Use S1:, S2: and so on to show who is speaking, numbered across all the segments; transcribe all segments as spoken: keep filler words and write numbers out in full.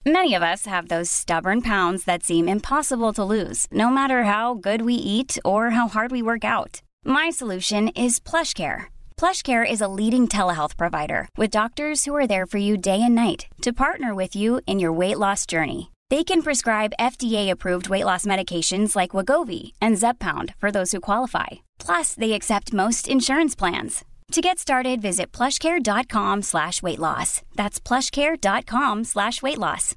S1: Many of us have those stubborn pounds that seem impossible to lose, no matter how good we eat or how hard we work out. My solution is PlushCare. PlushCare is a leading telehealth provider with doctors who are there for you day and night to partner with you in your weight loss journey. They can prescribe F D A-approved weight loss medications like Wegovy and Zepbound for those who qualify. Plus, they accept most insurance plans. To get started, visit plushcare.com slash weight loss. That's plushcare.com slash weight loss.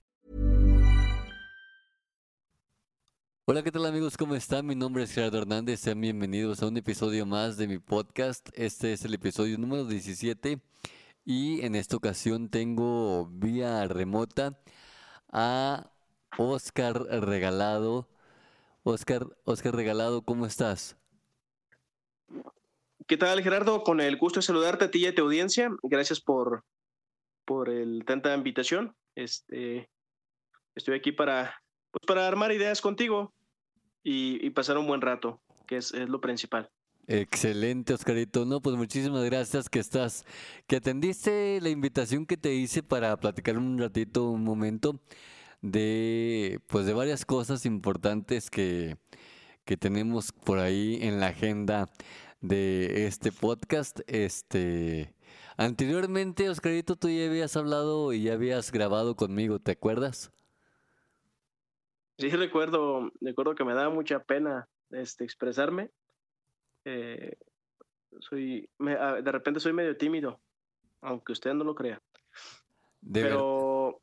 S2: Hola, ¿qué tal amigos? ¿Cómo están? Mi nombre es Gerardo Hernández. Sean bienvenidos a un episodio más de mi podcast. Este es el episodio número diecisiete y en esta ocasión tengo vía remota a Oscar Regalado. Oscar, Oscar Regalado, ¿cómo estás?
S3: ¿Qué tal, Gerardo? Con el gusto de saludarte a ti y a tu audiencia. Gracias por, por el tanta invitación. Este, estoy aquí para, pues para armar ideas contigo y, y pasar un buen rato, que es, es lo principal.
S2: Excelente, Oscarito. No, pues muchísimas gracias que estás, que atendiste la invitación que te hice para platicar un ratito, un momento de, pues de varias cosas importantes que, que tenemos por ahí en la agenda de este podcast. Este, anteriormente, Oscarito, tú ya habías hablado y ya habías grabado conmigo, ¿te acuerdas?
S3: Sí, recuerdo, recuerdo que me daba mucha pena este, expresarme. Eh, soy, me, de repente soy medio tímido, aunque usted no lo crea.
S2: De
S3: Pero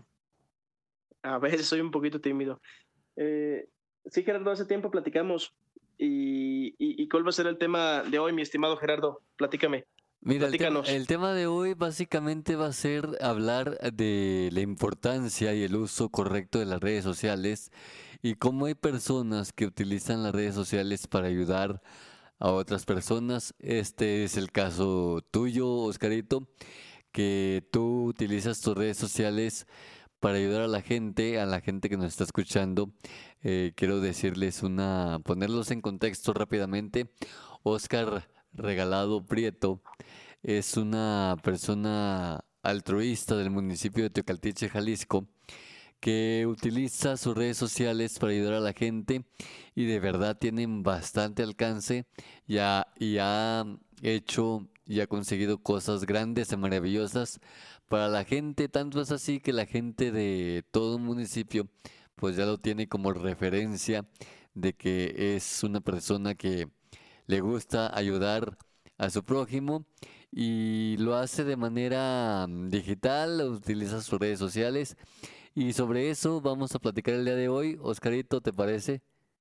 S3: a veces soy un poquito tímido. Eh, sí, Gerardo, hace tiempo platicamos. Y, y, ¿Y cuál va a ser el tema de hoy, mi estimado Gerardo? Platícame.
S2: Mira, el tema,
S3: Platícanos.
S2: el tema de hoy básicamente va a ser hablar de la importancia y el uso correcto de las redes sociales y cómo hay personas que utilizan las redes sociales para ayudar a otras personas. Este es el caso tuyo, Oscarito, que tú utilizas tus redes sociales para ayudar a la gente, a la gente que nos está escuchando. Eh, quiero decirles una, ponerlos en contexto rápidamente. Oscar Regalado Prieto es una persona altruista del municipio de Teocaltiche, Jalisco, que utiliza sus redes sociales para ayudar a la gente y de verdad tienen bastante alcance y ha, y ha hecho y ha conseguido cosas grandes y maravillosas para la gente. Tanto es así que la gente de todo un municipio pues ya lo tiene como referencia de que es una persona que le gusta ayudar a su prójimo y lo hace de manera mm, digital, utiliza sus redes sociales y sobre eso vamos a platicar el día de hoy. Oscarito, ¿te parece?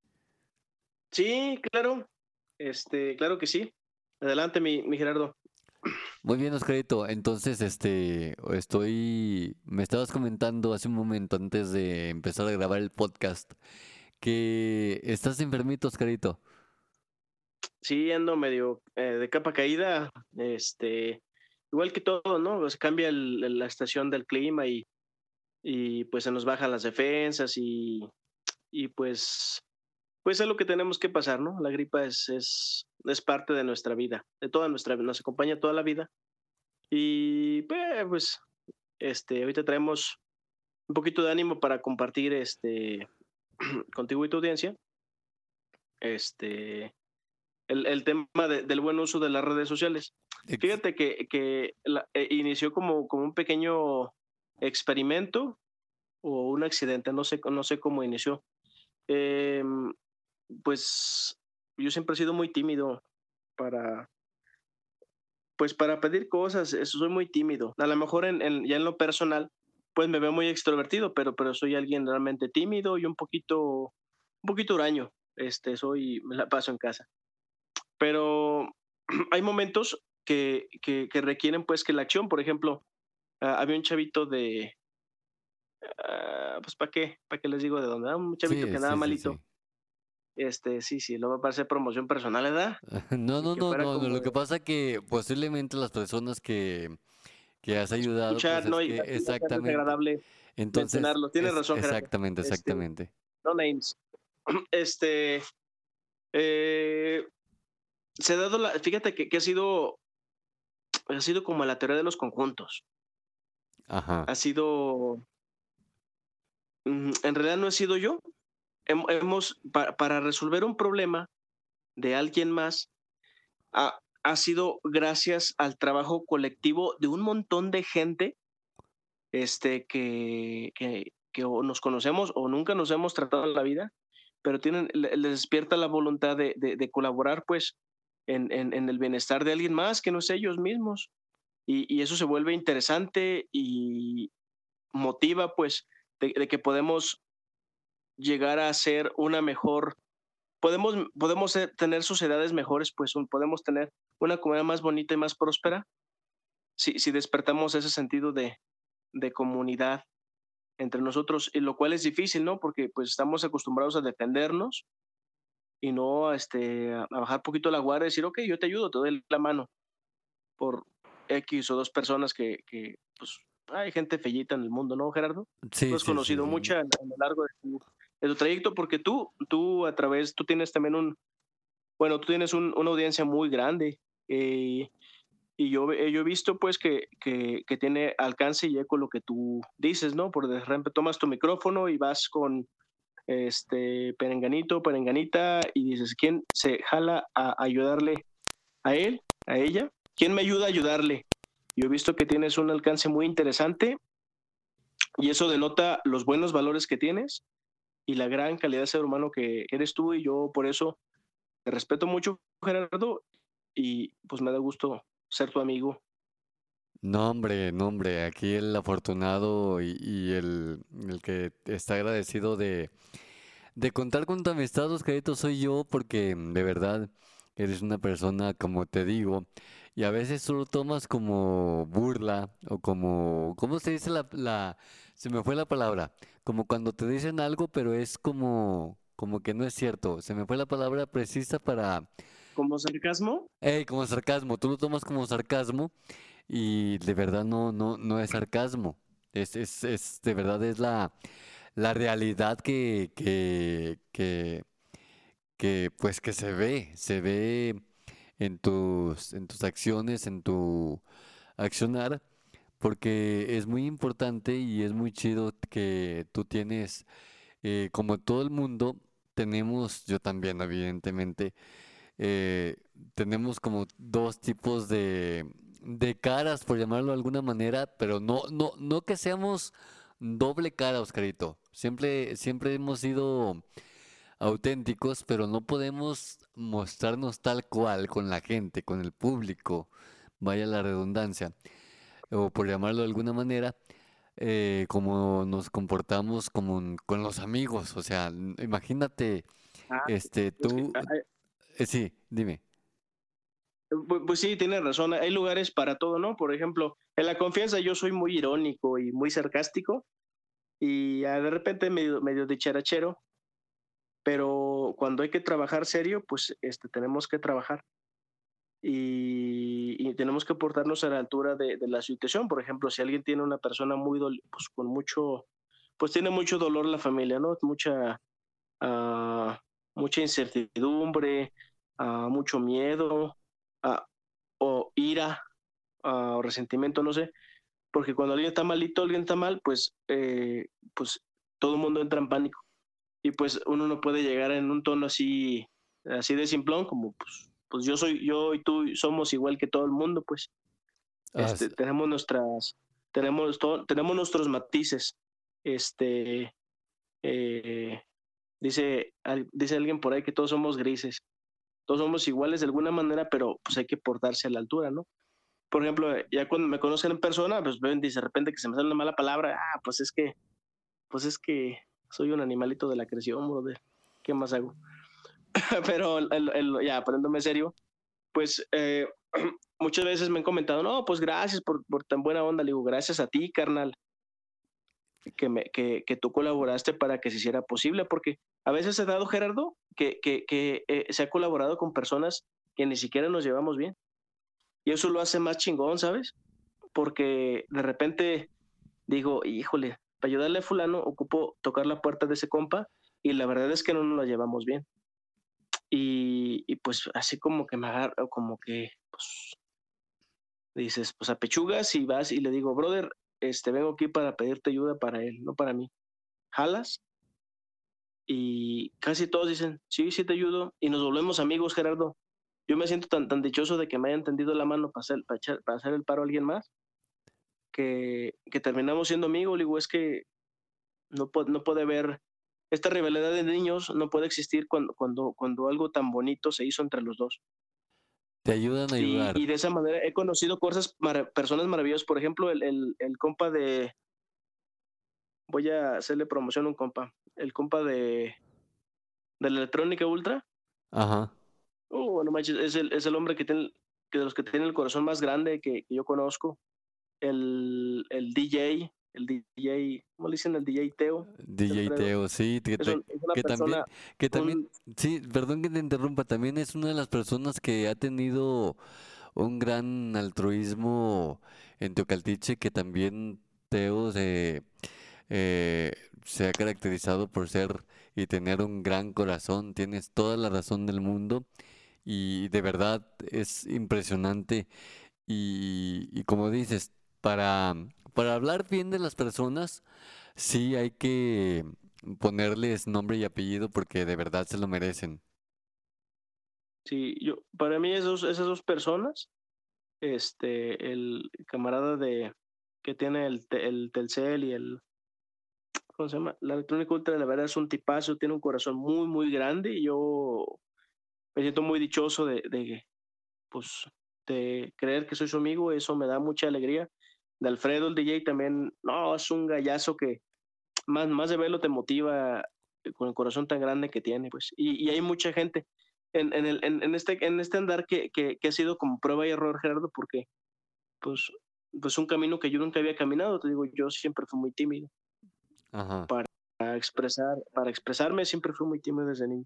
S3: Sí, claro. Este, claro que sí. Adelante, mi, mi Gerardo.
S2: Muy bien, Oscarito. Entonces, este, estoy, me estabas comentando hace un momento antes de empezar a grabar el podcast que estás enfermito, Oscarito.
S3: Sí, ando medio eh, de capa caída. Este, igual que todo, ¿no? Se cambia el- el- la estación del clima y, y pues se nos bajan las defensas y, y pues, pues es lo que tenemos que pasar, ¿no? La gripa es, es, es parte de nuestra vida, de toda nuestra vida, nos acompaña toda la vida. Y pues, pues, este, ahorita traemos un poquito de ánimo para compartir este contigo y tu audiencia, este, el, el tema de- del buen uso de las redes sociales.
S2: Ex-
S3: Fíjate que, que la- eh, inició como, como un pequeño experimento o un accidente, no sé, no sé cómo inició. Eh, pues yo siempre he sido muy tímido para, pues para pedir cosas, eso, soy muy tímido. A lo mejor en, en- ya en lo personal, pues me veo muy extrovertido, pero, pero soy alguien realmente tímido y un poquito, un poquito huraño. Este, soy, me la paso en casa. Pero hay momentos que, que, que requieren pues que la acción, por ejemplo, ah, había un chavito de, ah, pues ¿para qué? ¿Para qué les digo de dónde? Ah, un chavito que
S2: Sí,
S3: andaba
S2: sí, sí,
S3: malito.
S2: sí.
S3: Este, sí, sí, lo va a hacer promoción personal, ¿verdad?
S2: No,
S3: Ni
S2: no,
S3: que
S2: no,
S3: fuera
S2: no, no.
S3: como
S2: Lo
S3: de
S2: que pasa que posiblemente las personas que, que has ayudado, pues
S3: escuchar,
S2: es
S3: ¿no? Y
S2: que
S3: así va a ser
S2: exactamente.
S3: desagradable
S2: Entonces,
S3: mencionarlo. Tienes
S2: es
S3: razón, Gerardo.
S2: exactamente,
S3: Este,
S2: exactamente.
S3: no names. Este, eh, se ha dado la, fíjate que, que ha sido, ha sido como la teoría de los conjuntos.
S2: Ajá.
S3: Ha sido mm, en realidad no he sido yo. Hem- hemos, pa- para resolver un problema de alguien más, ha, ha sido gracias al trabajo colectivo de un montón de gente este, que, que, que o nos conocemos o nunca nos hemos tratado en la vida, pero tienen, le- les despierta la voluntad de, de, de colaborar pues en, en, en el bienestar de alguien más que no es ellos mismos. Y, y eso se vuelve interesante y motiva pues de, de que podemos llegar a ser una mejor, podemos, podemos ser- tener sociedades mejores, pues un- podemos tener una comunidad más bonita y más próspera si, si despertamos ese sentido de, de comunidad entre nosotros, y lo cual es difícil, ¿no? Porque pues estamos acostumbrados a defendernos y no a, este, a, a bajar poquito la guardia y decir, ok, yo te ayudo, te doy la mano por X o dos personas que, que pues hay gente fellita en el mundo, ¿no, Gerardo? Tú
S2: Sí,
S3: has
S2: sí, sí,
S3: conocido
S2: sí.
S3: mucha a lo largo de tu, de tu trayecto porque tú, tú a través, tú tienes también un, bueno, tú tienes un, una audiencia muy grande eh, y yo, eh, yo he visto pues que, que, que tiene alcance y eco lo que tú dices, ¿no? Por de repente tomas tu micrófono y vas con este perenganito, perenganita y dices, ¿quién se jala a ayudarle a él, a ella? ¿Quién me ayuda a ayudarle? Yo he visto que tienes un alcance muy interesante y eso denota los buenos valores que tienes y la gran calidad de ser humano que eres tú y yo por eso te respeto mucho, Gerardo, y pues me da gusto ser tu amigo.
S2: No, hombre, no, hombre, aquí el afortunado y, y el, el que está agradecido de, de contar con tu amistad, Oscarito, soy yo, porque mm, de verdad eres una persona, como te digo, y a veces tú lo tomas como burla o como, ¿cómo se dice la, la, se me fue la palabra, como cuando te dicen algo, pero es como, como que no es cierto, se me fue la palabra precisa para,
S3: ¿Como sarcasmo?
S2: hey, como sarcasmo, tú lo tomas como sarcasmo. Y de verdad no, no, no es sarcasmo. Es, es, es, de verdad es la, la realidad que, que, que, que, pues que se ve, se ve en tus, en tus acciones, en tu accionar, porque es muy importante y es muy chido que tú tienes, eh, como todo el mundo, tenemos, yo también, evidentemente, eh, tenemos como dos tipos de, de caras, por llamarlo de alguna manera, pero no, no, no que seamos doble cara, Oscarito. Siempre, siempre hemos sido auténticos, pero no podemos mostrarnos tal cual con la gente, con el público, vaya la redundancia, o por llamarlo de alguna manera, eh, como nos comportamos como con los amigos. O sea, n- imagínate,
S3: Ah,
S2: este,
S3: es que,
S2: tú,
S3: ah, ah,
S2: eh, sí, dime.
S3: pu- pues sí, tienes razón, hay lugares para todo, ¿no? Por ejemplo, en la confianza yo soy muy irónico y muy sarcástico y ah, de repente medio, medio dicharachero, pero cuando hay que trabajar serio, pues este, tenemos que trabajar y, y tenemos que portarnos a la altura de, de, la situación. Por ejemplo, si alguien tiene una persona muy, dol pues con mucho, pues tiene mucho dolor la familia, ¿no? Mucha, uh, mucha incertidumbre, uh, mucho miedo uh, o ira uh, o resentimiento, no sé, porque cuando alguien está malito, alguien está mal, pues, eh, pues todo el mundo entra en pánico y pues uno no puede llegar en un tono así, así de simplón, como pues, pues yo soy, yo y tú somos igual que todo el mundo, pues,
S2: As-
S3: este, tenemos nuestras, tenemos, todo, tenemos nuestros matices, este, eh, dice, dice alguien por ahí que todos somos grises, todos somos iguales de alguna manera, pero pues hay que portarse a la altura, ¿no? Por ejemplo, ya cuando me conocen en persona, pues ven, dice de repente que se me sale una mala palabra, ah, pues es que, pues es que soy un animalito de la creación, brother, ¿qué más hago? Pero el, el, el, ya poniéndome serio, pues eh, muchas veces me han comentado, no, pues gracias por, por tan buena onda. Le digo, gracias a ti, carnal, que, me, que, que tú colaboraste para que se hiciera posible, porque a veces he dado, Gerardo, que, que, que eh, se ha colaborado con personas que ni siquiera nos llevamos bien. Y eso lo hace más chingón, ¿sabes? Porque de repente digo, híjole, para ayudarle a fulano ocupo tocar la puerta de ese compa y la verdad es que no nos la llevamos bien. Y, y pues así como que me agarro, como que pues, dices, pues apechugas y vas y le digo, brother, este, vengo aquí para pedirte ayuda para él, no para mí. ¿jalas? Y casi todos dicen, sí, sí te ayudo, y nos volvemos amigos, Gerardo. Yo me siento tan, tan dichoso de que me hayan tendido la mano para hacer, para, echar- para hacer el paro a alguien más, que, que terminamos siendo amigos. Le digo, es que no, puede, no puede haber, esta rivalidad de niños no puede existir cuando, cuando, cuando algo tan bonito se hizo entre los dos.
S2: Te ayudan a
S3: Y,
S2: ayudar.
S3: y de esa manera he conocido cosas, mara- personas maravillosas. Por ejemplo, el, el, el compa de, voy a hacerle promoción a un compa, el compa de, de la Electrónica Ultra.
S2: Ajá.
S3: Oh, no manches, es el, es el hombre que tiene, que de los que tiene el corazón más grande que, que yo conozco. El, el D J, el D J, ¿cómo le dicen? El D J Teo,
S2: D J
S3: Alfredo.
S2: Teo, sí, que,
S3: Es,
S2: te-
S3: un- es una
S2: que también,
S3: persona,
S2: que también,
S3: un,
S2: sí, perdón que te interrumpa, también es una de las personas que ha tenido un gran altruismo en Teocaltiche, que también Teo se, eh, se ha caracterizado por ser y tener un gran corazón. Tienes toda la razón del mundo y de verdad es impresionante. Y, y como dices, para, para hablar bien de las personas, sí hay que ponerles nombre y apellido porque de verdad se lo merecen.
S3: sí, yo, para mí esos, esas dos personas, este, el camarada de, que tiene el, te- el Telcel y el, ¿cómo se llama? La Electrónica Ultra, la verdad es un tipazo, tiene un corazón muy, muy grande y yo me siento muy dichoso de, de, pues, de creer que soy su amigo, eso me da mucha alegría. De Alfredo, el D J, también, no, es un gallazo que más, más de verlo te motiva con el corazón tan grande que tiene, pues. Y, y hay mucha gente en, en, el, en, en este, en este andar que, que, que ha sido como prueba y error, Gerardo, porque, pues, pues un camino que yo nunca había caminado, te digo, yo siempre fui muy tímido.
S2: Ajá.
S3: Para expresar, para expresarme siempre fui muy tímido desde niño.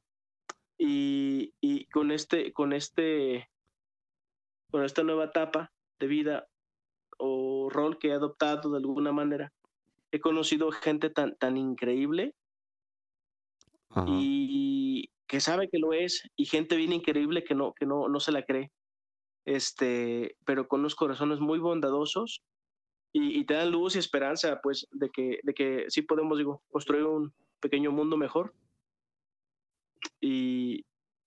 S3: Y, y con este, con este, con esta nueva etapa de vida o rol que he adoptado de alguna manera, he conocido gente tan, tan increíble
S2: Ajá.
S3: y que sabe que lo es, y gente bien increíble que no, que no, no se la cree, este, pero con unos corazones muy bondadosos y, y te dan luz y esperanza, pues, de que, de que sí podemos, digo, construir un pequeño mundo mejor. Y,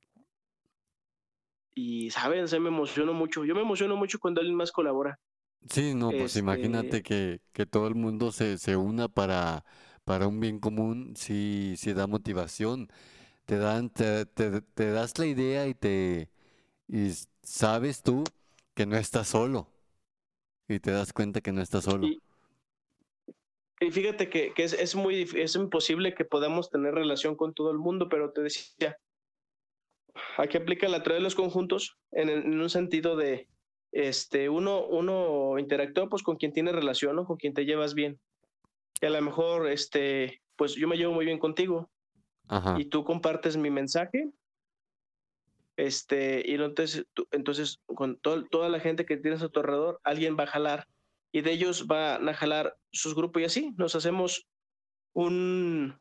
S3: y saben, se me emociono mucho. Yo me emociono mucho cuando alguien más colabora.
S2: Sí, no, pues imagínate
S3: Este,
S2: que, que todo el mundo se, se una para, para un bien común, sí, sí da motivación, te dan, te, te, te das la idea y te y s- sabes tú que no estás solo y te das cuenta que no estás solo.
S3: y, y fíjate que, que es, es muy dif- es imposible que podamos tener relación con todo el mundo, pero te decía, aquí aplica la teoría de los conjuntos en, el- en un sentido de, este, uno, uno interactúa pues con quien tiene relación, ¿no? Con quien te llevas bien. Y a lo mejor, este, pues yo me llevo muy bien contigo
S2: Ajá.
S3: y tú compartes mi mensaje, este, y no, entonces, tú- entonces con todo- toda la gente que tienes a tu alrededor, alguien va a jalar y de ellos van a jalar sus grupos y así nos hacemos un,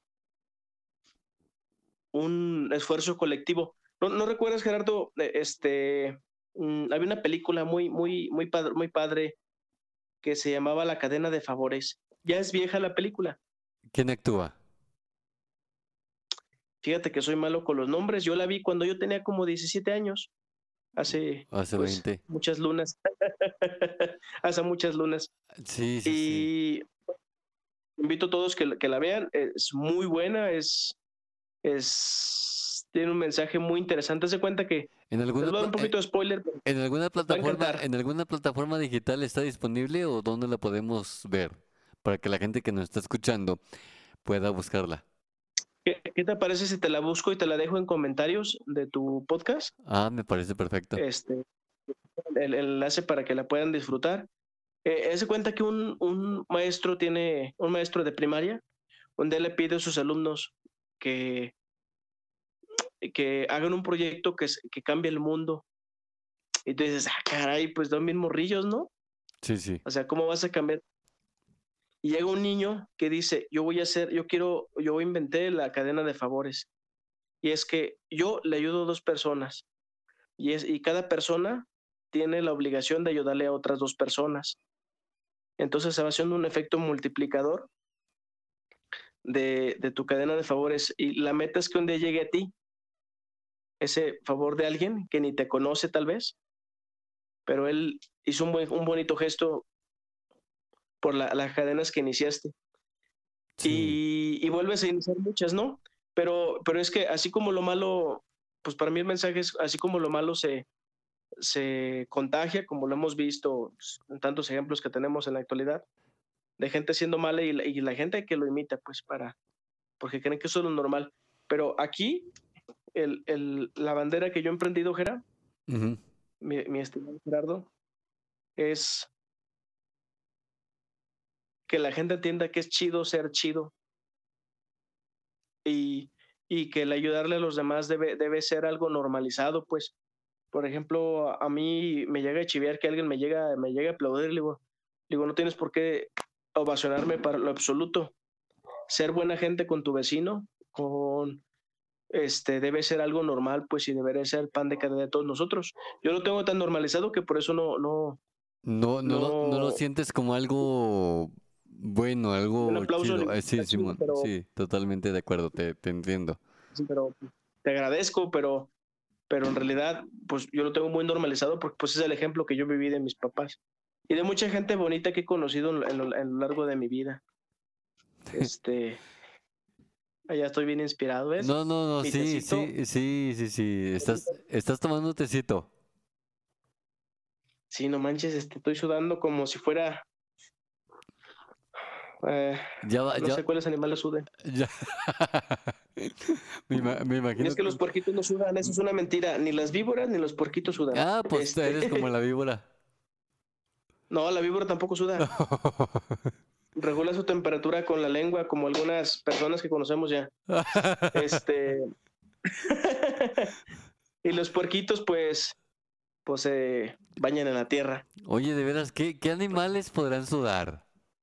S3: un esfuerzo colectivo. ¿No, no recuerdas, Gerardo? Eh, Este, mm, había una película muy, muy, muy padre, muy padre que se llamaba La cadena de favores. Ya es vieja la película.
S2: ¿Quién actúa?
S3: Fíjate que soy malo con los nombres. Yo la vi cuando yo tenía como diecisiete años, hace
S2: Hace
S3: pues
S2: veinte.
S3: muchas lunas, hace muchas lunas.
S2: Sí, sí, sí.
S3: Y invito a todos que, la- que la vean. Es muy buena, es, es, tiene un mensaje muy interesante. Haz de cuenta que
S2: ¿En
S3: les
S2: alguna,
S3: voy a dar
S2: pla-
S3: un
S2: eh,
S3: poquito de spoiler, pero
S2: en alguna
S3: les va a
S2: plataforma,
S3: encantar.
S2: en alguna plataforma digital está disponible o dónde la podemos ver para que la gente que nos está escuchando pueda buscarla?
S3: ¿Qué, qué te parece si te la busco y te la dejo en comentarios de tu podcast?
S2: Ah, me parece perfecto.
S3: Este, el, el enlace para que la puedan disfrutar. Eh, haz de cuenta que un, un maestro tiene, un maestro de primaria, donde él le pide a sus alumnos que, que hagan un proyecto que, s- que cambie el mundo. Y tú dices, ah, caray, pues son bien morrillos, ¿no?
S2: Sí, sí.
S3: O sea, ¿cómo vas a cambiar? Y llega un niño que dice, yo voy a hacer, yo quiero, yo inventé la cadena de favores. Y es que yo le ayudo a dos personas y, es, y cada persona tiene la obligación de ayudarle a otras dos personas. Entonces se va haciendo un efecto multiplicador de, de tu cadena de favores y la meta es que un día llegue a ti ese favor de alguien que ni te conoce tal vez, pero él hizo un, buen, un bonito gesto por la, las cadenas que iniciaste. Sí. Y, y vuelves a iniciar muchas, ¿no? Pero, pero es que así como lo malo, pues para mí el mensaje es, así como lo malo se, se contagia, como lo hemos visto en tantos ejemplos que tenemos en la actualidad, de gente siendo mala y, y la gente que lo imita, pues para, porque creen que eso es lo normal. Pero aquí, el, el, la bandera que yo he emprendido, Gera, uh-huh. mi, mi estimado Gerardo, es que la gente entienda que es chido ser chido y, y que el ayudarle a los demás debe, debe ser algo normalizado, pues. Por ejemplo, a, a mí me llega a chiviar que alguien me llega, me llega a aplaudir, le digo, digo, no tienes por qué ovacionarme para lo absoluto. Ser buena gente con tu vecino, con este, debe ser algo normal, pues, y debería ser el pan de cada día de todos nosotros. Yo lo tengo tan normalizado que por eso no, no,
S2: no, no, no, lo, no lo sientes como algo bueno, algo
S3: un aplauso
S2: chido. Eh, sí, Simón, pero, sí, totalmente de acuerdo, te, te entiendo.
S3: Sí, pero te agradezco, pero, pero en realidad, pues yo lo tengo muy normalizado porque pues es el ejemplo que yo viví de mis papás y de mucha gente bonita que he conocido en, en, en lo largo de mi vida. Este, ya estoy bien inspirado, ¿ves?
S2: No, no, no,
S3: Mi
S2: sí,
S3: tecito.
S2: sí, sí, sí, sí, estás, estás tomando un tecito.
S3: Sí, no manches, este, estoy sudando como si fuera... Eh,
S2: ya va,
S3: no
S2: ya,
S3: sé cuáles animales sudan.
S2: Ya. me, me imagino.
S3: Y es que, que los puerquitos no sudan, eso es una mentira. Ni las víboras ni los puerquitos sudan.
S2: Ah, pues este... eres como la víbora.
S3: No, la víbora tampoco suda. Regula su temperatura con la lengua, como algunas personas que conocemos ya. este. Y los puerquitos, pues, pues se eh, bañan en la tierra.
S2: Oye, de veras, ¿qué, qué animales podrán sudar?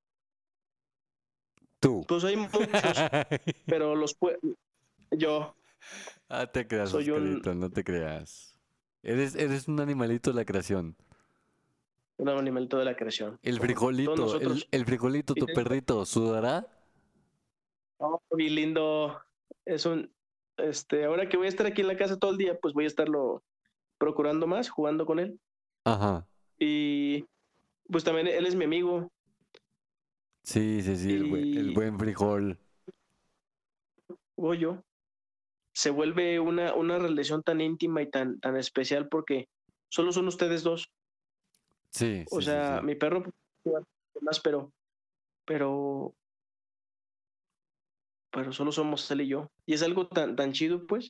S2: Tú.
S3: Pues hay muchos, pero los pu- yo.
S2: Ah, te creas, soy Oscarito, un... no te creas. Eres, eres un animalito de la creación.
S3: Un animalito de la creación.
S2: El frijolito, nosotros... el, el frijolito, tu perrito, ¿sudará?
S3: Oh, muy lindo. Es un, este, ahora que voy a estar aquí en la casa todo el día, pues voy a estarlo procurando más, jugando con él.
S2: Ajá.
S3: Y pues también él es mi amigo.
S2: Sí, sí, sí, y... el, buen, el buen frijol.
S3: Goyo. Se vuelve una, una relación tan íntima y tan, tan especial porque solo son ustedes dos.
S2: Sí,
S3: o
S2: sí,
S3: sea,
S2: sí, sí.
S3: mi perro más, pero, pero, pero solo somos él y yo. Y es algo tan, tan chido, pues.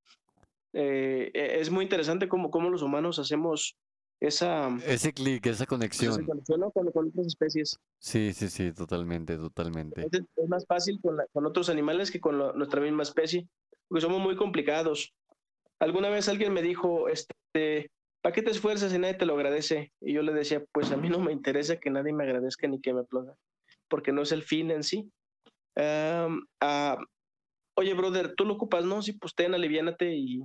S3: Eh, es muy interesante cómo, cómo los humanos hacemos esa...
S2: Ese clic, esa conexión.
S3: Esa conexión, ¿no? con, con otras especies.
S2: Sí, sí, sí, totalmente, totalmente.
S3: Es, es más fácil con, la, con otros animales que con lo, nuestra misma especie, porque somos muy complicados. Alguna vez alguien me dijo, este, ¿para qué te esfuerzas si nadie te lo agradece? Y yo le decía, pues a mí no me interesa que nadie me agradezca ni que me aplauda, porque no es el fin en sí. Um, uh, Oye, brother, ¿tú lo ocupas? No, sí, pues ten, aliviánate y,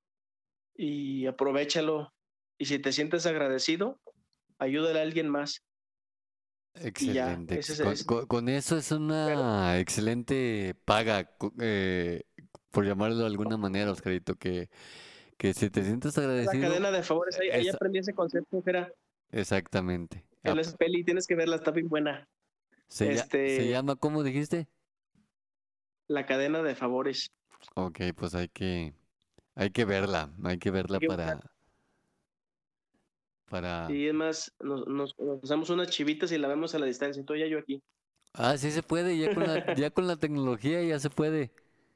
S3: y aprovechalo. Y si te sientes agradecido, ayúdale a alguien más.
S2: Excelente.
S3: Ya, ese es,
S2: con,
S3: ese.
S2: Con, con eso es una Pero, excelente paga, eh, por llamarlo de alguna manera, Oscarito, que, que si te sientes agradecido...
S3: La cadena de favores, ahí, ahí aprendí ese concepto que era...
S2: Exactamente.
S3: En esa peli tienes que verla, está bien buena.
S2: Se,
S3: este,
S2: ¿Se llama, cómo dijiste?
S3: La cadena de favores.
S2: Ok, pues hay que, hay que verla, hay que verla hay que para... Buscar. Para...
S3: Y es más, nos, nos, nos usamos unas chivitas y la vemos a la distancia, entonces ya yo aquí.
S2: Ah, sí se puede, ya con la, ya con la tecnología ya se puede.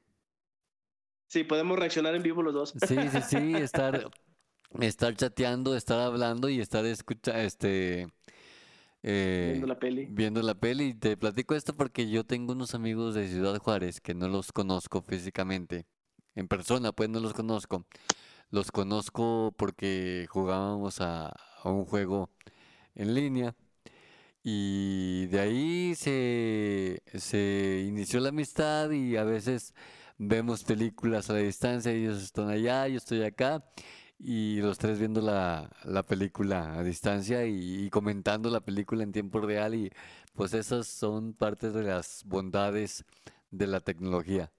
S3: Sí, podemos reaccionar en vivo los dos.
S2: Sí, sí, sí, estar, estar chateando, estar hablando y estar escuchando, este... Eh,
S3: viendo la peli.
S2: Viendo la peli. Y te platico esto porque yo tengo unos amigos de Ciudad Juárez que no los conozco físicamente. En persona, pues no los conozco. Los conozco porque jugábamos a, a un juego en línea. Y de ahí se, se inició la amistad y a veces vemos películas a la distancia. Ellos están allá, yo estoy acá. Y los tres viendo la, la película a distancia y, y comentando la película en tiempo real. Y pues esas son partes de las bondades de la tecnología.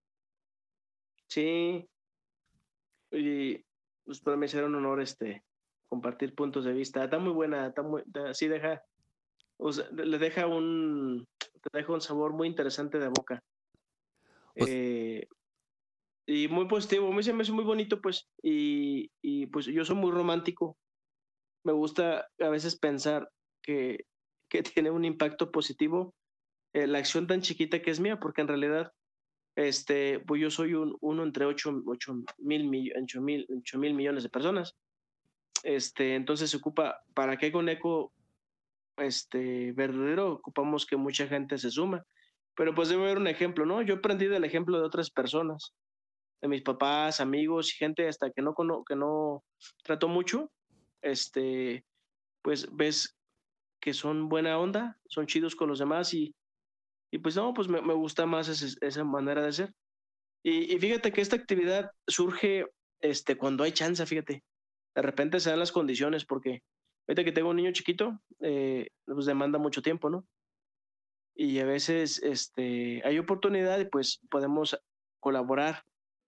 S3: Sí, y pues para mí será un honor este compartir puntos de vista. Está muy buena, está muy, está- sí deja, o sea, le deja un, te deja un sabor muy interesante de boca.
S2: Pues,
S3: Eh, y muy positivo, a mí se me hace muy bonito, pues, y, y pues yo soy muy romántico. Me gusta a veces pensar que, que tiene un impacto positivo eh, la acción tan chiquita que es mía, porque en realidad este, pues yo soy un, uno entre ocho, ocho mil, mill- ocho mil, ocho mil millones de personas. Este, entonces se ocupa, para que haya un eco este, verdadero, ocupamos que mucha gente se suma. Pero pues debe haber un ejemplo, ¿no? Yo aprendí del ejemplo de otras personas, de mis papás, amigos y gente hasta que no, cono que no trato mucho, este, pues ves que son buena onda, son chidos con los demás y, y pues no, pues me, me gusta más ese, esa manera de ser. Y, y fíjate que esta actividad surge este, cuando hay chance, fíjate. De repente se dan las condiciones porque ahorita que tengo un niño chiquito, eh, pues demanda mucho tiempo, ¿no? Y a veces este, hay oportunidad y pues podemos colaborar.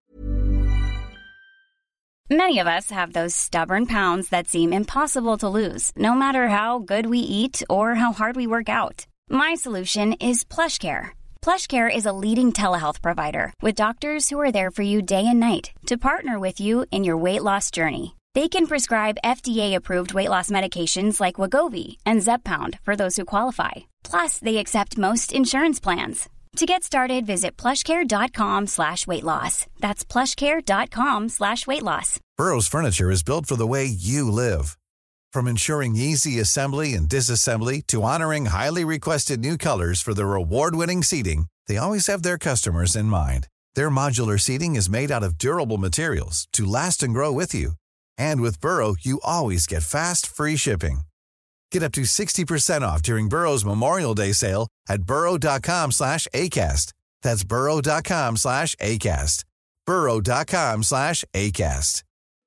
S1: Many of us have those stubborn pounds that seem impossible to lose, no matter how good we eat or how hard we work out. My solution is PlushCare. PlushCare is a leading telehealth provider with doctors who are there for you day and night to partner with you in your weight loss journey. They can prescribe F D A-approved weight loss medications like Wegovy and Zepbound for those who qualify. Plus, they accept most insurance plans. To get started, visit plushcare.com slash weight loss. That's plushcare.com slash weight loss.
S4: Burrow's furniture is built for the way you live. From ensuring easy assembly and disassembly to honoring highly requested new colors for their award-winning seating, they always have their customers in mind. Their modular seating is made out of durable materials to last and grow with you. And with Burrow, you always get fast, free shipping. Get up to sixty percent off during Burrow's Memorial Day sale at burrow.com slash ACAST. That's burrow.com slash ACAST. burrow.com slash ACAST.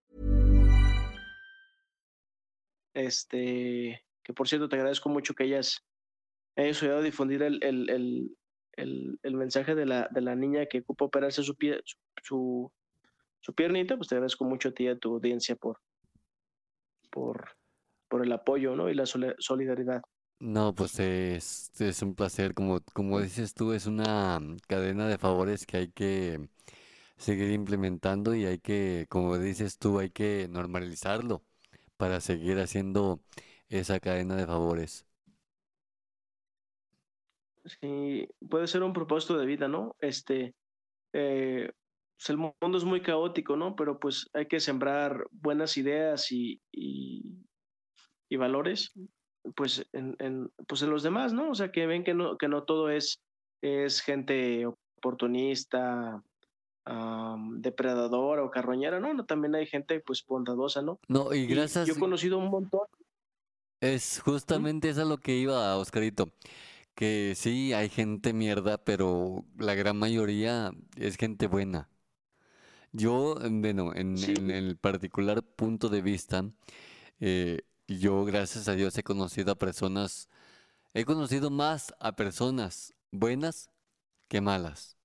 S3: Este, que por cierto te agradezco mucho que hayas, hayas ayudado a difundir el, el, el, el, el mensaje de la, de la niña que ocupa operarse su, pie, su, su, su piernita. Pues te agradezco mucho a ti y a tu audiencia por, por, por el apoyo, ¿no? Y la sole- solidaridad.
S2: no, pues es, es un placer, como, como dices tú, es una mm, cadena de favores que hay que seguir implementando y hay que, como dices tú, hay que normalizarlo para seguir haciendo esa cadena de favores.
S3: Sí, puede ser un propósito de vida, ¿no? Este, eh, pues el mundo es muy caótico, ¿no? Pero pues hay que sembrar buenas ideas y, y, y valores, pues en, en, pues en los demás, ¿no? O sea, que ven que no, que no todo es, es gente oportunista, um, depredadora o carroñera, ¿no? No, también hay gente pues bondadosa, ¿no?
S2: No, y
S3: Y yo
S2: gracias,
S3: he conocido un montón.
S2: es
S3: ¿Mm?
S2: justamente eso a lo que iba, Oscarito, que sí, hay gente mierda, pero la gran mayoría es gente buena. Yo, eh, bueno, en,
S3: Sí,
S2: en el particular punto de vista, eh, yo gracias a Dios he conocido a personas, he conocido más a personas buenas que malas,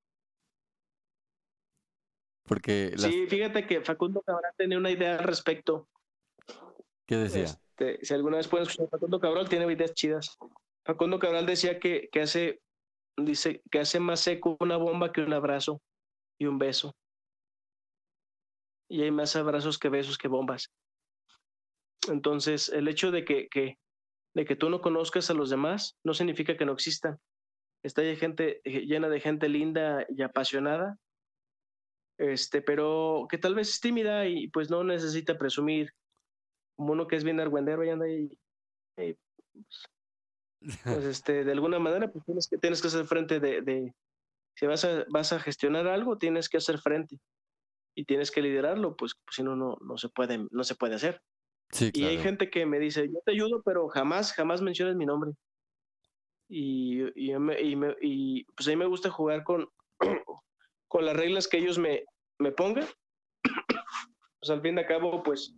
S2: porque las,
S3: sí, fíjate que Facundo Cabral tenía una idea al respecto.
S2: ¿qué decía?
S3: Este, si alguna vez pueden escuchar a Facundo Cabral, tiene ideas chidas. Facundo Cabral decía que, que hace, dice, que hace más seco una bomba que un abrazo y un beso. Y hay más abrazos que besos que bombas. Entonces, el hecho de que, que, de que tú no conozcas a los demás no significa que no existan. Está gente, llena de gente linda y apasionada, este, pero que tal vez es tímida y pues no necesita presumir, como uno que es bien argüendero y anda ahí, y, pues este, de alguna manera pues tienes que, tienes que hacer frente de, de si vas a, vas a gestionar algo, tienes que hacer frente y tienes que liderarlo, pues, pues si no, no, no se puede, no se puede hacer.
S2: Sí,
S3: Y hay
S2: claro.
S3: gente que me dice, yo te ayudo, pero jamás, jamás menciones mi nombre. Y, y, me, y, me, y pues a mí me gusta jugar con, con las reglas que ellos me, me pongan. Pues al fin de cabo, pues,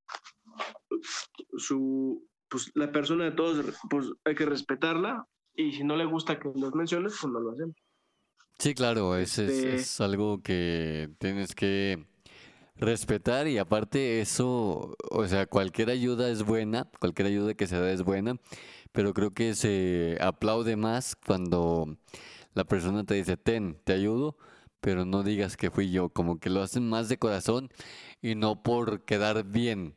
S3: su, pues la persona de todos, pues hay que respetarla. Y si no le gusta que los menciones, pues no lo hacemos.
S2: Sí, claro, es, es,
S3: Este,
S2: es algo que tienes que respetar y aparte eso, o sea, cualquier ayuda es buena, cualquier ayuda que se da es buena, pero creo que se aplaude más cuando la persona te dice, ten, te ayudo, pero no digas que fui yo, como que lo hacen más de corazón y no por quedar bien,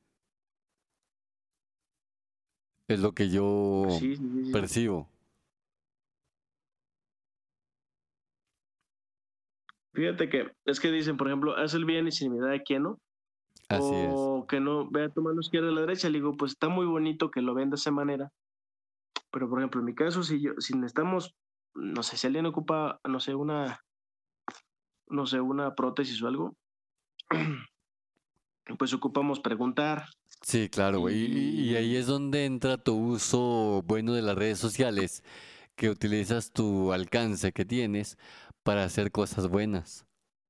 S2: es lo que yo
S3: sí, sí, sí, sí, sí.
S2: percibo.
S3: Fíjate que es que dicen, por ejemplo, haz el bien y sin mirar a quién, ¿no?
S2: Así es.
S3: O que no vea tu mano izquierda a la derecha. Le digo, pues está muy bonito que lo vean de esa manera. Pero, por ejemplo, en mi caso, si yo, si necesitamos, no sé, si alguien ocupa, no sé, una, no sé, una prótesis o algo, pues ocupamos preguntar
S2: Sí, claro, güey. Y, y ahí
S3: y
S2: es donde entra tu uso bueno de las redes sociales, que utilizas tu alcance que tienes para hacer cosas buenas.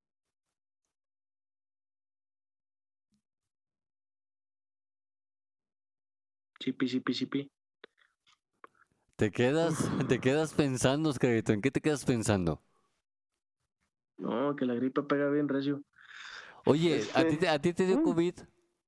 S3: chipi, chipi, chipi.
S2: Te quedas, te quedas pensando, Oscarito, ¿en qué te quedas pensando?
S3: No, que la gripa pega bien recio.
S2: Oye, ¿a ti,
S3: Este,
S2: te- a ti te dio
S3: mm,
S2: COVID?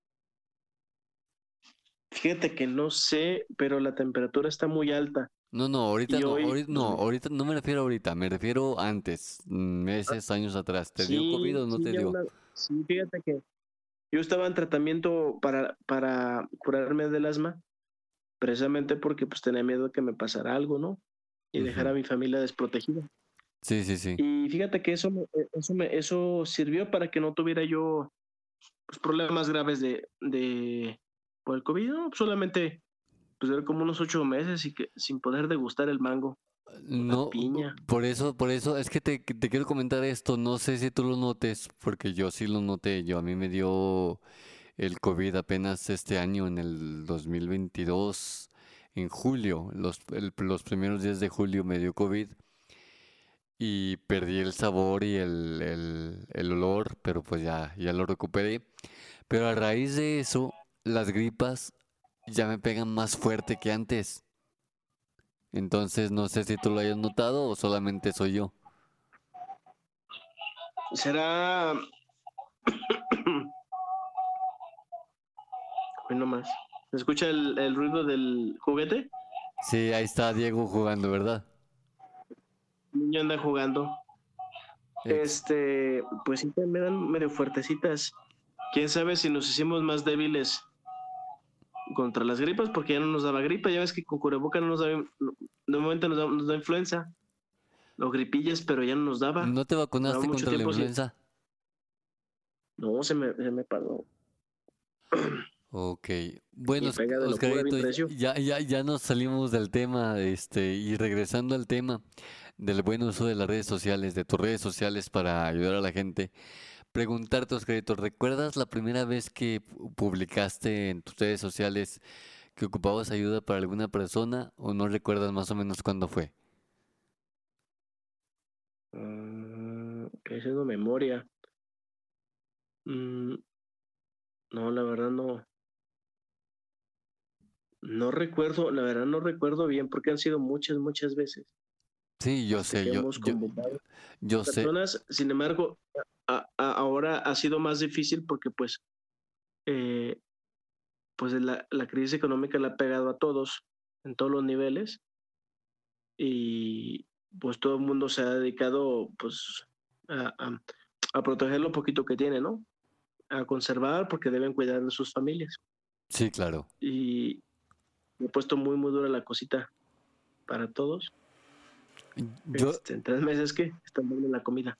S3: fíjate que no sé, pero la temperatura está muy alta.
S2: No, no, ahorita
S3: Y
S2: no,
S3: hoy,
S2: ahorita
S3: pues
S2: no,
S3: me-
S2: ahorita no me refiero ahorita, me refiero antes, meses, años atrás. ¿Te dio COVID
S3: sí,
S2: o no
S3: sí,
S2: te
S3: ya
S2: dio?
S3: una, sí, fíjate que yo estaba en tratamiento para, para curarme del asma, precisamente porque pues tenía miedo de que me pasara algo, ¿no? Y dejar a
S2: Ujú.
S3: mi familia desprotegida.
S2: Sí, sí, sí.
S3: Y fíjate que eso, me- eh, eso, me, eso sirvió para que no tuviera yo pues, problemas graves de, de por el COVID, ¿no? Solamente pues era como unos ocho meses y que sin poder degustar el mango o la
S2: No,
S3: piña.
S2: por eso, por eso, es que te, que te quiero comentar esto, no sé si tú lo notes, porque yo sí lo noté, yo a mí me dio el COVID apenas este año, en el dos mil veintidós, en julio, los, el- los primeros días de julio me dio COVID y perdí el sabor y el, el, el olor, pero pues ya, ya lo recuperé. Pero a raíz de eso, las gripas ya me pegan más fuerte que antes. Entonces no sé si tú lo hayas notado o solamente soy yo.
S3: Será, hoy nomás. ¿Se escucha el, el ruido del juguete?
S2: Sí, ahí está Diego jugando, ¿verdad?
S3: El niño anda jugando.
S2: Ex.
S3: Este, pues sí, me dan medio fuertecitas. Quién sabe si nos hicimos más débiles contra las gripas porque ya no nos daba gripa. Ya ves que con cubreboca no nos daba, no- de momento nos da, nos da influenza o gripillas, pero ya no nos daba.
S2: ¿No te
S3: Daba
S2: vacunaste
S3: mucho
S2: contra la
S3: tiempo sin.
S2: influenza?
S3: No, se me, se me paró.
S2: Ok. Bueno,
S3: Y
S2: Os-
S3: pega de locura
S2: Oscarito,
S3: bien
S2: ya,
S3: recio.
S2: ya, ya ya nos salimos del tema, este, y regresando al tema del buen uso de las redes sociales, de tus redes sociales para ayudar a la gente. Preguntarte, Oscarito, ¿recuerdas la primera vez que pu- publicaste en tus redes sociales que ocupabas ayuda para alguna persona o no recuerdas más o menos cuándo fue?
S3: Mm, que haciendo memoria. Mm, no, la verdad no. No recuerdo, la verdad no recuerdo bien porque han sido muchas, muchas veces
S2: Sí, yo
S3: este,
S2: sé,
S3: que
S2: yo,
S3: hemos
S2: yo, yo,
S3: convocado
S2: yo sé.
S3: personas. Sin embargo, a- a- ahora ha sido más difícil porque pues, eh, pues la, la crisis económica le ha pegado a todos en todos los niveles y pues todo el mundo se ha dedicado pues a, a, a proteger lo poquito que tiene, ¿no? A conservar porque deben cuidar de sus familias.
S2: Sí, claro.
S3: Y me he puesto muy, muy dura la cosita para todos.
S2: Yo,
S3: Este, en tres meses que están dando la comida.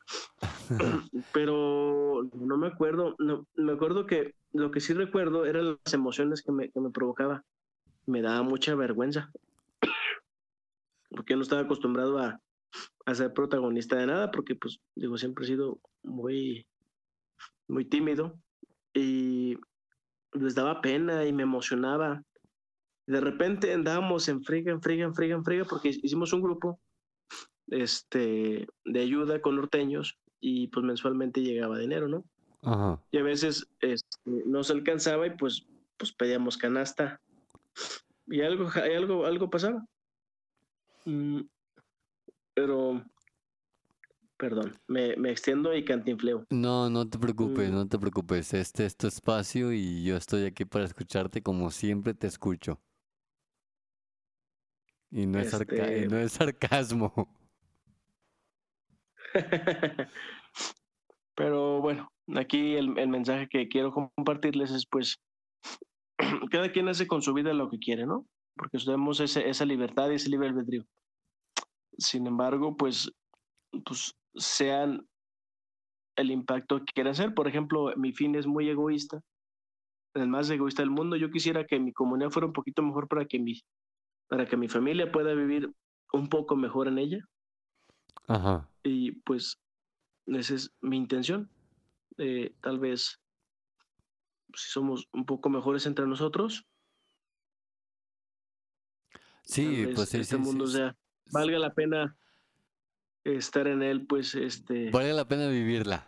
S3: Pero no me acuerdo, no, me acuerdo que lo que sí recuerdo eran las emociones que me, que me provocaba. Me daba mucha vergüenza, porque yo no estaba acostumbrado a, a ser protagonista de nada, porque pues digo, siempre he sido muy, muy tímido y les daba pena y me emocionaba. De repente andábamos en friga, en friga, en friga, en friga, porque hicimos un grupo este, de ayuda con norteños y pues mensualmente llegaba dinero, ¿no?
S2: ajá.
S3: Y a veces este, no se alcanzaba y pues, pues pedíamos canasta y algo, algo, algo pasaba. Mm, pero Perdón, me, me extiendo y cantinfleo.
S2: No, no te preocupes,
S3: Mm,
S2: no te preocupes. Este es tu espacio y yo estoy aquí para escucharte como siempre te escucho. Y no es sarca- y
S3: este,
S2: no es sarcasmo.
S3: pero bueno, aquí el, el mensaje que quiero compartirles es pues, cada quien hace con su vida lo que quiere, ¿no? Porque tenemos ese, esa libertad y ese libre albedrío. Sin embargo, pues, pues sean el impacto que quieran hacer. Por ejemplo, mi fin es muy egoísta, el más egoísta del mundo. Yo quisiera que mi comunidad fuera un poquito mejor para que mi, para que mi familia pueda vivir un poco mejor en ella.
S2: Ajá.
S3: Y pues esa es mi intención. Eh, tal vez si somos un poco mejores entre nosotros, tal
S2: Sí, pues
S3: vez
S2: sí,
S3: este
S2: sí, sí.
S3: mundo
S2: s-
S3: sea,
S2: s-
S3: valga la pena estar en él, pues este,
S2: Vale la pena vivirla.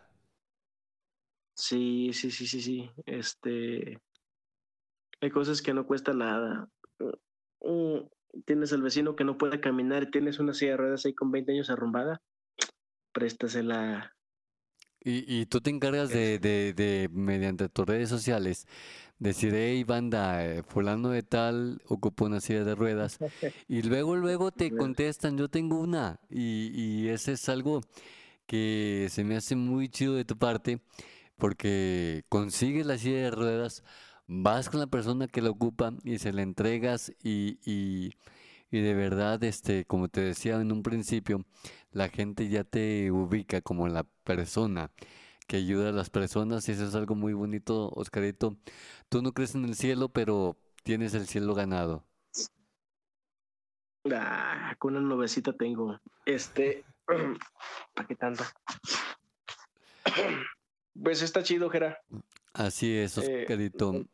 S3: sí, sí, sí, sí, sí, este, hay cosas que no cuestan nada. Mm, Tienes al vecino que no puede caminar y tienes una silla de ruedas ahí con veinte años arrumbada, préstasela.
S2: Y, y tú te encargas de,
S3: Este,
S2: de, de, mediante tus redes sociales, decir, hey, banda, eh, fulano de tal ocupa una silla de ruedas. Y luego, luego te contestan, yo tengo una. Y, y ese es algo que se me hace muy chido de tu parte, porque consigues la silla de ruedas, vas con la persona que la ocupa y se la entregas y, y, y de verdad, este, como te decía en un principio, la gente ya te ubica como la persona que ayuda a las personas y eso es algo muy bonito, Oscarito. Tú no crees en el cielo, pero tienes el cielo ganado.
S3: ah, con una nubecita tengo. Este, ¿para qué tanto? Pues está chido, Jera.
S2: Así es,
S3: Eh,
S2: Oscarito.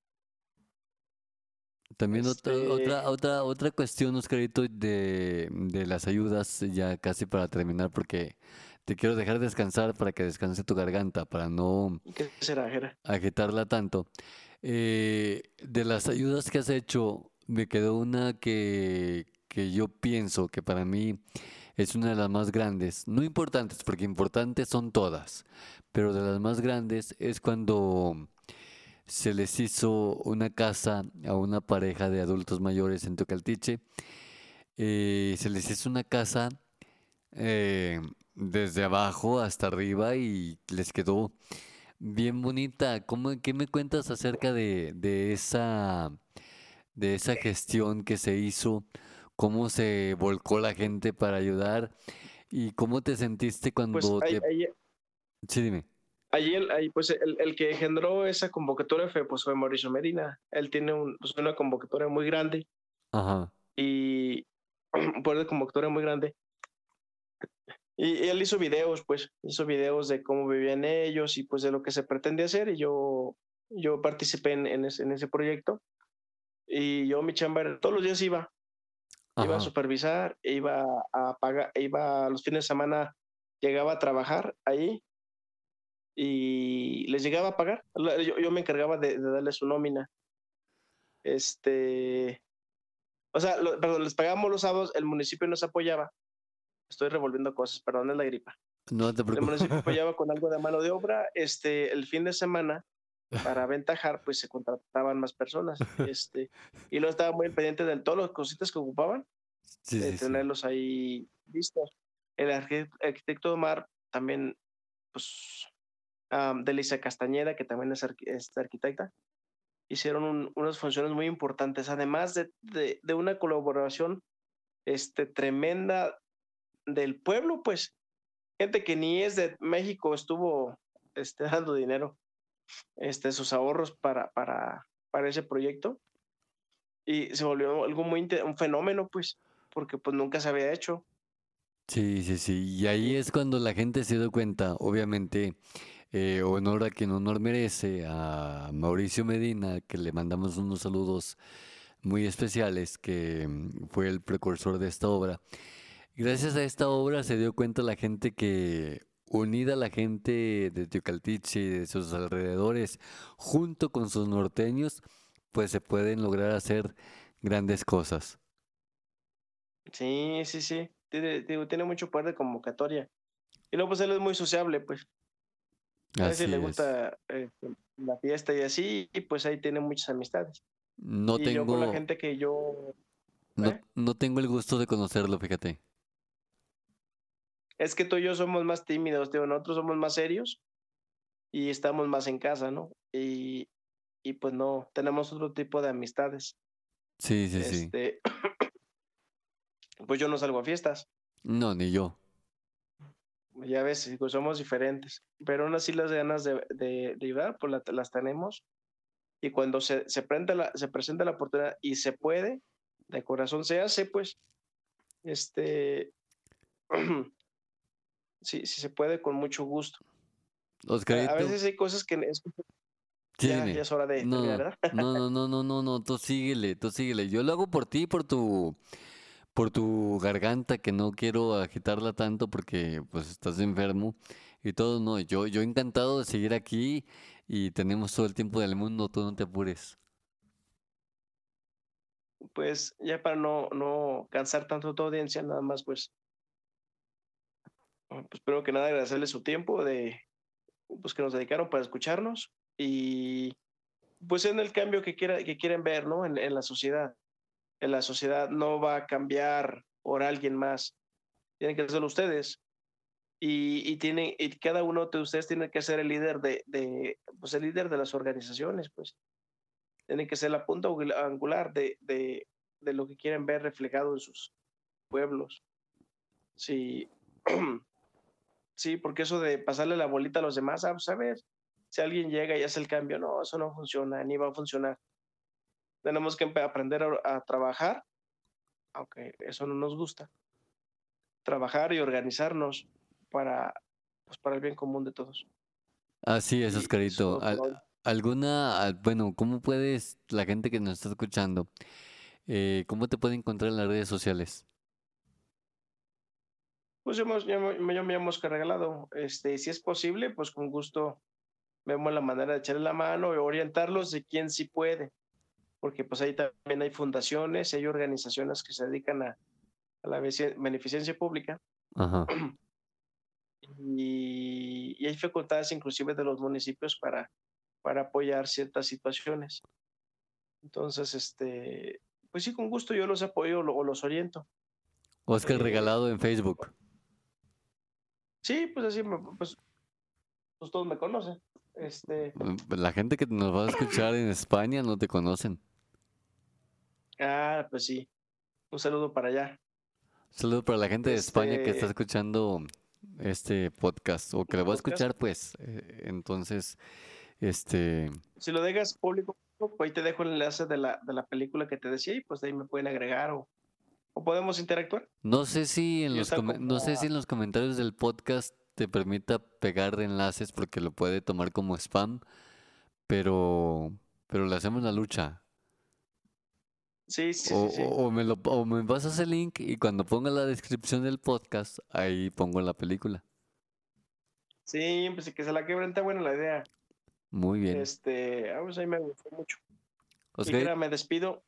S2: También otra,
S3: este,
S2: otra, otra, otra cuestión, Oscarito, de, de las ayudas, ya casi para terminar, porque te quiero dejar descansar para que descanse tu garganta, para no
S3: ¿qué será, Jera?
S2: agitarla tanto. Eh, de las ayudas que has hecho, me quedó una que, que yo pienso que para mí es una de las más grandes, no importantes, porque importantes son todas, pero de las más grandes es cuando se les hizo una casa a una pareja de adultos mayores en Tocaltiche. Eh, se les hizo una casa eh, desde abajo hasta arriba y les quedó bien bonita. ¿Cómo, qué me cuentas acerca de, de esa, de esa gestión que se hizo? ¿Cómo se volcó la gente para ayudar? ¿Y cómo te sentiste
S3: Pues
S2: cuando
S3: ahí,
S2: te...
S3: ahí,
S2: Sí, dime.
S3: ahí, el, ahí, pues el, el que generó esa convocatoria fue, pues, fue Mauricio Medina. Él tiene un, pues, una convocatoria muy grande
S2: Ajá.
S3: y un poder de convocatoria muy grande. Y, y él hizo videos, pues, hizo videos de cómo vivían ellos y pues de lo que se pretende hacer. Y yo, yo participé en, en, ese, en ese proyecto. Y yo, mi chamba, era- todos los días iba, iba a
S2: Ajá.
S3: supervisar, iba a pagar, iba los fines de semana, llegaba a trabajar ahí y les llegaba a pagar. La- Yo, yo me encargaba de, de darles su nómina. Este, o sea, lo- perdón, les pagábamos los sábados, el municipio nos apoyaba. Estoy revolviendo cosas, perdón, es la gripa.
S2: No te
S3: El
S2: preocupes.
S3: municipio apoyaba con algo de mano de obra. Este, el fin de semana, para aventajar, pues se contrataban más personas. Este, y luego estaba muy pendiente de todas las cositas que ocupaban,
S2: Sí,
S3: de
S2: sí, sí.
S3: tenerlos ahí listos. El arqui- arquitecto Omar también, pues, um, de Lisa Castañeda, que también es, arqu- es arquitecta, hicieron un- unas funciones muy importantes, además de, de, de una colaboración este, tremenda del pueblo, pues, gente que ni es de México estuvo este, dando dinero, este, sus ahorros para, para, para ese proyecto y se volvió algo muy, inte- un fenómeno, pues, porque pues nunca se había hecho.
S2: Sí, sí, sí. Y ahí es cuando la gente se dio cuenta, obviamente, eh, honor a quien honor merece, a Mauricio Medina, que le mandamos unos saludos muy especiales, que mm, fue el precursor de esta obra. Gracias a esta obra se dio cuenta la gente que unida a la gente de Teocaltiche y de sus alrededores, junto con sus norteños, pues se pueden lograr hacer grandes cosas.
S3: Sí, sí, sí, tiene, digo, tiene mucho poder de convocatoria. Y luego, pues él es muy sociable, pues. A veces
S2: Así
S3: le
S2: es.
S3: gusta eh, la fiesta y así, y pues ahí tiene muchas amistades.
S2: No
S3: Y yo con la
S2: tengo,
S3: gente que yo...
S2: no,
S3: ¿eh?
S2: no tengo el gusto de conocerlo, fíjate.
S3: Es que tú y yo somos más tímidos, tío. Nosotros somos más serios y estamos más en casa, ¿no? Y, y pues no, tenemos otro tipo de amistades.
S2: Sí, sí, sí.
S3: Este, pues yo no salgo a fiestas,
S2: No, ni yo.
S3: ya ves, digo, somos diferentes, pero aún así las ganas de, de, de ayudar, pues la- las tenemos. Y cuando se, se, prende la, se presenta la oportunidad y se puede, de corazón se hace, pues, este, sí, sí se puede con mucho gusto. A, a
S2: Oscarito,
S3: veces hay cosas que es-
S2: sí,
S3: ya, ya
S2: dime.
S3: es hora de terminar,
S2: No,
S3: ¿verdad?
S2: no, no, no, no, no, no, tú síguele, tú síguele. Yo lo hago por ti, por tu, por tu garganta, que no quiero agitarla tanto porque pues estás enfermo y todo, no, yo, yo encantado de seguir aquí y tenemos todo el tiempo del mundo, tú no te apures.
S3: Pues ya para no, no cansar tanto a tu audiencia, nada más, pues, pues primero que nada agradecerles su tiempo de, pues, que nos dedicaron para escucharnos y pues en el cambio que, quiera, que quieren ver, ¿no? En, en la sociedad. En la sociedad no va a cambiar por alguien más. Tienen que ser ustedes. Y, y, tienen, y cada uno de ustedes tiene que ser el líder de, de, pues el líder de las organizaciones, pues. Tienen que ser la punta angular de, de, de lo que quieren ver reflejado en sus pueblos. Sí, sí, porque eso de pasarle la bolita a los demás, ah, pues a ver, si alguien llega y hace el cambio, no, eso no funciona, ni va a funcionar. Tenemos que aprender a, a trabajar, aunque eso no nos gusta, trabajar y organizarnos para, pues, para el bien común de todos.
S2: Así es,
S3: Y
S2: Oscarito.
S3: eso por
S2: Al-
S3: hoy.
S2: ¿Alguna, al- bueno, cómo puedes, la gente que nos está escuchando, eh, cómo te puede encontrar en las redes sociales?
S3: Pues yo, me- yo, me- yo me llamo Oscar Regalado. Este, si es posible, pues con gusto vemos la manera de echarle la mano y orientarlos de quién sí puede, porque pues ahí también hay fundaciones, hay organizaciones que se dedican a, a la bece- beneficencia pública
S2: Ajá.
S3: y, y hay facultades inclusive de los municipios para, para apoyar ciertas situaciones. Entonces, este, pues sí, con gusto yo los apoyo o lo- los oriento.
S2: Oscar
S3: Eh,
S2: Regalado en Facebook.
S3: sí, pues así, me- pues, pues todos me conocen. Este,
S2: Mm, La gente que nos va a escuchar en España no te conocen.
S3: ah, pues sí, un saludo para allá.
S2: Saludo para la gente de España que está
S3: Este,
S2: escuchando este podcast o que lo va a
S3: podcast,
S2: escuchar, pues. eh, entonces, este,
S3: si lo dejas público, pues ahí te dejo el enlace de la, de la película que te decía y pues de ahí me pueden agregar o, o podemos interactuar.
S2: no sé si en
S3: Yo
S2: los
S3: está
S2: come- no sé si
S3: como,
S2: en los comentarios del podcast te permita pegar enlaces porque lo puede tomar como spam, pero, pero le hacemos la lucha.
S3: sí, sí,
S2: O,
S3: sí, sí.
S2: o, o me lo, o me pasas el link y cuando ponga la descripción del podcast, ahí pongo la película.
S3: Sí, pues que se la quebren, está buena la idea.
S2: Muy bien.
S3: Este, ah, pues ahí me gustó mucho. Y
S2: Oscar,
S3: que me despido.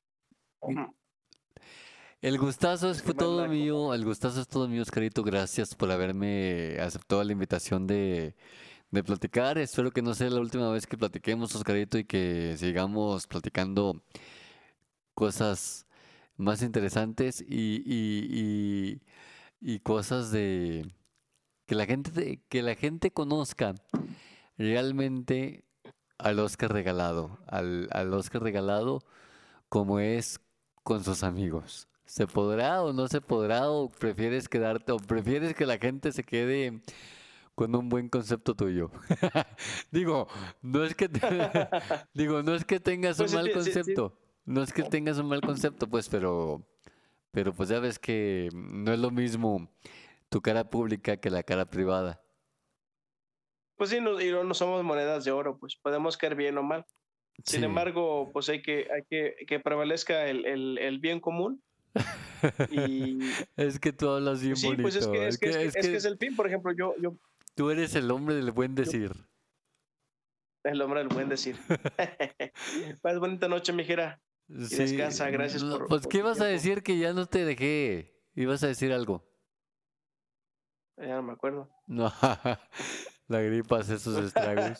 S2: el gustazo es-
S3: Que
S2: fue todo
S3: manda como-
S2: mío, el gustazo es todo mío, Oscarito. Gracias por haberme aceptado la invitación de, de platicar. Espero que no sea la última vez que platiquemos, Oscarito, y que sigamos platicando cosas más interesantes y, y, y, y cosas de que la gente te- que la gente conozca realmente al Oscar regalado, al, al Oscar regalado como es con sus amigos. ¿Se podrá o no se podrá o prefieres quedarte o prefieres que la gente se quede con un buen concepto tuyo? Digo, no es que te- digo, no es que tengas un
S3: Pues sí,
S2: mal
S3: sí, sí,
S2: concepto, no es que tengas un mal concepto, pues, pero pero pues ya ves que no es lo mismo tu cara pública que la cara privada.
S3: pues sí, no, y no, no somos monedas de oro, pues podemos caer bien o mal. Sin
S2: Sí.
S3: embargo, pues hay que, hay que, que prevalezca el, el, el bien común y
S2: Es que tú hablas bien
S3: pues sí, pues es
S2: bonito.
S3: que, es
S2: Es
S3: que, es
S2: que,
S3: que,
S2: es
S3: es que
S2: que
S3: es el fin. Por ejemplo, yo, yo,
S2: tú eres el hombre del buen
S3: yo
S2: decir.
S3: el hombre del buen decir. Pues bonita noche, mijera. Y
S2: Sí,
S3: descansa. Gracias
S2: no,
S3: por,
S2: pues
S3: por
S2: ¿qué
S3: tu
S2: ibas a
S3: tiempo.
S2: decir que ya no te dejé? Ibas a decir algo.
S3: Ya no me acuerdo.
S2: No, la gripa hace esos estragos.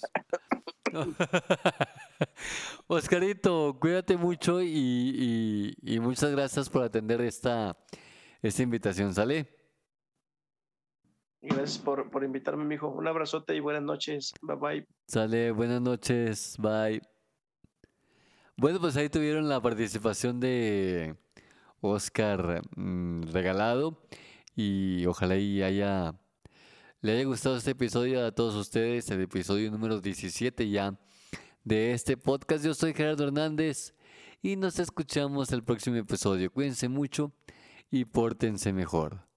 S2: Oscarito, cuídate mucho y, y- y muchas gracias por atender esta, esta invitación, ¿sale?
S3: Gracias por, por invitarme, mijo. Un abrazote y buenas noches. Bye bye.
S2: Sale, buenas noches, bye. Bueno, pues ahí tuvieron la participación de Oscar mm, Regalado y ojalá y haya, le haya gustado este episodio a todos ustedes, el episodio número diecisiete ya de este podcast. Yo soy Gerardo Hernández y nos escuchamos el próximo episodio. Cuídense mucho y pórtense mejor.